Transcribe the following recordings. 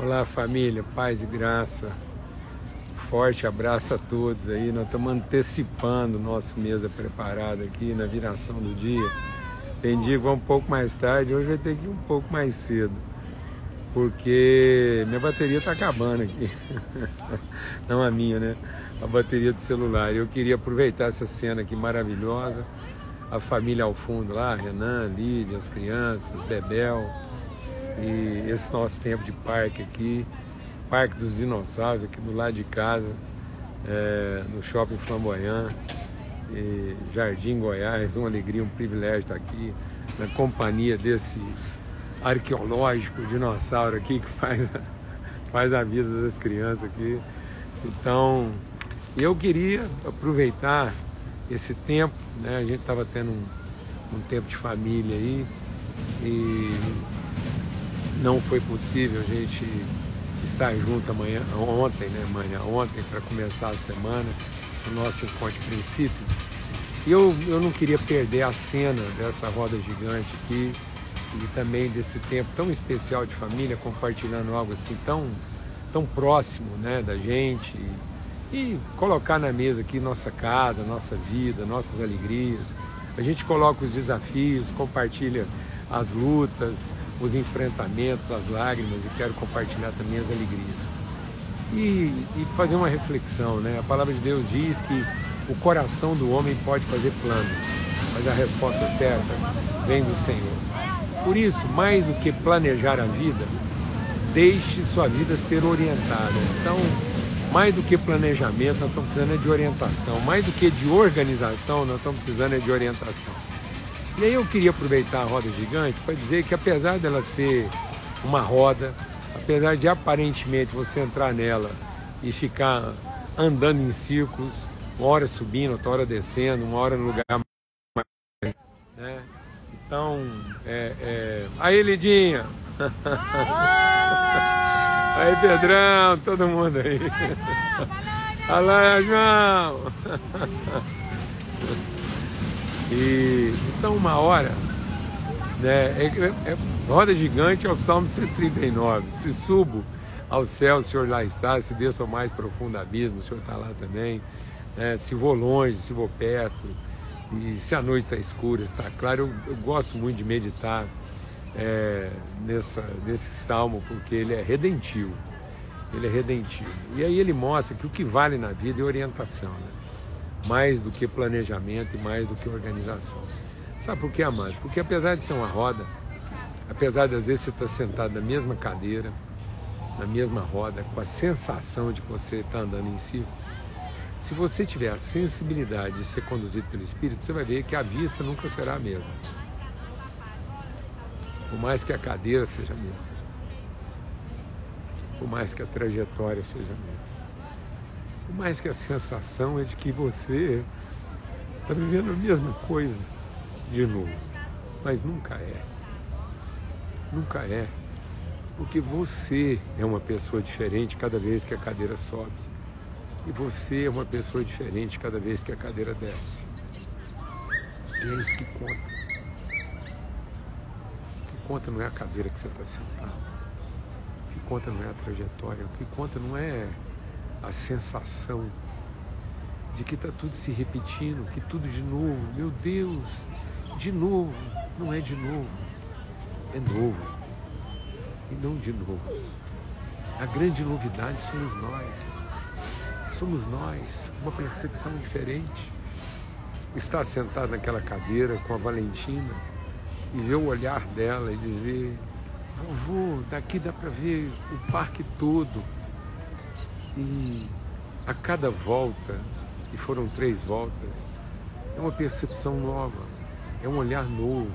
Olá, família, paz e graça. Forte abraço a todos aí. Nós estamos antecipando nossa mesa preparada aqui na viração do dia. Tem dia que vai um pouco mais tarde, hoje vai ter que ir um pouco mais cedo, porque minha bateria está acabando aqui. Não a minha, né? A bateria do celular. Eu queria aproveitar essa cena aqui maravilhosa. A família ao fundo lá, Renan, Lídia, as crianças, Bebel. E esse nosso tempo de parque aqui, Parque dos Dinossauros, aqui do lado de casa, no Shopping Flamboyant, e Jardim Goiás. Uma alegria, um privilégio estar aqui na companhia desse arqueológico dinossauro aqui que faz a vida das crianças aqui. Então, eu queria aproveitar esse tempo, né? A gente estava tendo um tempo de família aí e não foi possível a gente estar junto ontem para começar a semana, o nosso encontro de princípios. E eu não queria perder a cena dessa roda gigante aqui e também desse tempo tão especial de família, compartilhando algo assim tão próximo, né, da gente e colocar na mesa aqui nossa casa, nossa vida, nossas alegrias. A gente coloca os desafios, compartilha as lutas, os enfrentamentos, as lágrimas, e quero compartilhar também as alegrias. E fazer uma reflexão, né? A palavra de Deus diz que o coração do homem pode fazer planos, mas a resposta certa vem do Senhor. Por isso, mais do que planejar a vida, deixe sua vida ser orientada. Então, mais do que planejamento, nós estamos precisando de orientação. Mais do que de organização, nós estamos precisando de orientação. E aí eu queria aproveitar a roda gigante para dizer que, apesar dela ser uma roda, apesar de aparentemente você entrar nela e ficar andando em círculos, uma hora subindo, outra hora descendo, uma hora no lugar mais, né? Então, Aí, Lidinha! Aí, Pedrão, todo mundo aí! Olá, João! Então, uma hora, né, roda gigante é o Salmo 139. Se subo ao céu, o Senhor lá está. Se desço ao mais profundo abismo, o Senhor está lá também. Se vou longe, se vou perto, e se a noite está escura, está claro. Eu gosto muito de meditar nesse salmo, porque ele é redentivo. Ele é redentivo. E aí ele mostra que o que vale na vida é orientação, né? Mais do que planejamento e mais do que organização. Sabe por quê, amado? Porque apesar de ser uma roda, apesar de às vezes você estar sentado na mesma cadeira, na mesma roda, com a sensação de que você está andando em círculos, se você tiver a sensibilidade de ser conduzido pelo Espírito, você vai ver que a vista nunca será a mesma. Por mais que a cadeira seja a mesma. Por mais que a trajetória seja a mesma. Por mais que a sensação é de que você está vivendo a mesma coisa de novo. Mas nunca é. Nunca é. Porque você é uma pessoa diferente cada vez que a cadeira sobe. E você é uma pessoa diferente cada vez que a cadeira desce. E é isso que conta. O que conta não é a cadeira que você está sentado. O que conta não é a trajetória. O que conta não é a sensação de que está tudo se repetindo, que tudo de novo. Meu Deus, de novo. Não é de novo. É novo. E não de novo. A grande novidade somos nós. Somos nós, uma percepção diferente. Estar sentado naquela cadeira com a Valentina e ver o olhar dela e dizer: vovô, daqui dá para ver o parque todo. E a cada volta, e foram 3 voltas, é uma percepção nova, é um olhar novo,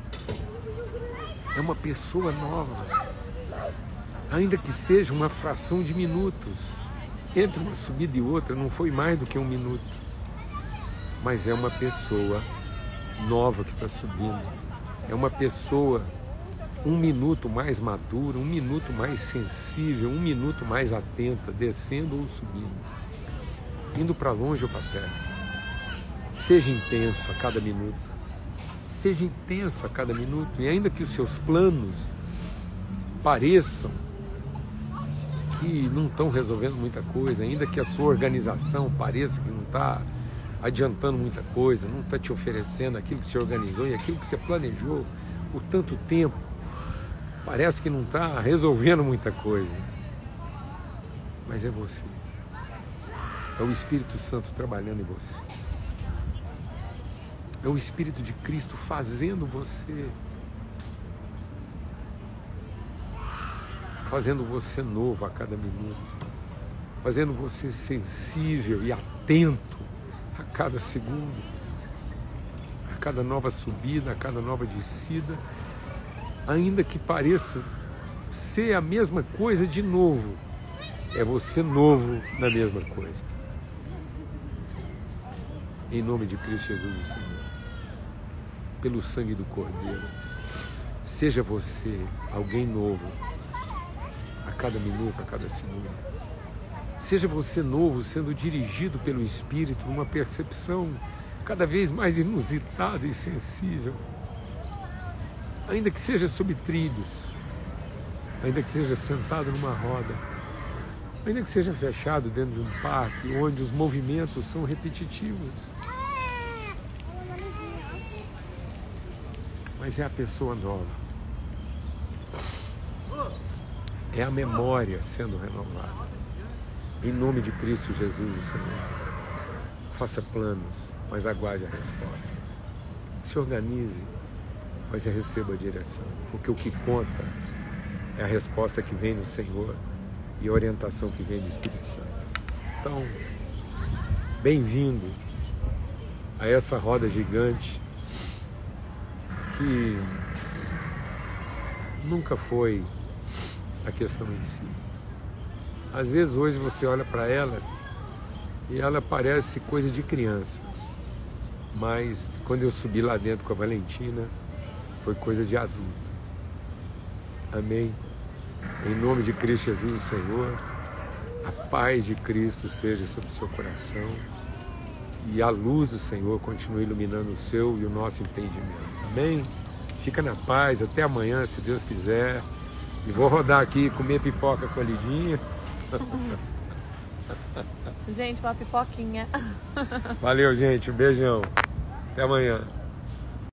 é uma pessoa nova, ainda que seja uma fração de minutos. Entre uma subida e outra não foi mais do que 1 minuto, mas é uma pessoa nova que está subindo, é uma pessoa 1 minuto mais madura, 1 minuto mais sensível, 1 minuto mais atenta, descendo ou subindo, indo para longe ou para perto. Seja intenso a cada minuto, seja intenso a cada minuto, e ainda que os seus planos pareçam que não estão resolvendo muita coisa, ainda que a sua organização pareça que não está adiantando muita coisa, não está te oferecendo aquilo que você organizou e aquilo que você planejou por tanto tempo, parece que não está resolvendo muita coisa, mas é você, é o Espírito Santo trabalhando em você, é o Espírito de Cristo fazendo você, fazendo você novo a cada minuto, fazendo você sensível e atento a cada segundo, a cada nova subida, a cada nova descida, ainda que pareça ser a mesma coisa de novo, é você novo na mesma coisa. Em nome de Cristo Jesus, o Senhor, pelo sangue do Cordeiro, seja você alguém novo a cada minuto, a cada segundo. Seja você novo, sendo dirigido pelo Espírito numa percepção cada vez mais inusitada e sensível. Ainda que seja sob trilhos, ainda que seja sentado numa roda, ainda que seja fechado dentro de um parque, onde os movimentos são repetitivos. Mas é a pessoa nova. É a memória sendo renovada. Em nome de Cristo Jesus, o Senhor. Faça planos, mas aguarde a resposta. Se organize, mas receba a direção. Porque o que conta é a resposta que vem do Senhor e a orientação que vem do Espírito Santo. Então, bem-vindo a essa roda gigante que nunca foi a questão em si. Às vezes hoje você olha para ela e ela parece coisa de criança, mas quando eu subi lá dentro com a Valentina, foi coisa de adulto. Amém? Em nome de Cristo Jesus, o Senhor, a paz de Cristo seja sobre o seu coração e a luz do Senhor continue iluminando o seu e o nosso entendimento. Amém? Fica na paz, até amanhã, se Deus quiser. E vou rodar aqui, comer pipoca com a Lidinha. Gente, uma pipoquinha. Valeu, gente. Um beijão. Até amanhã.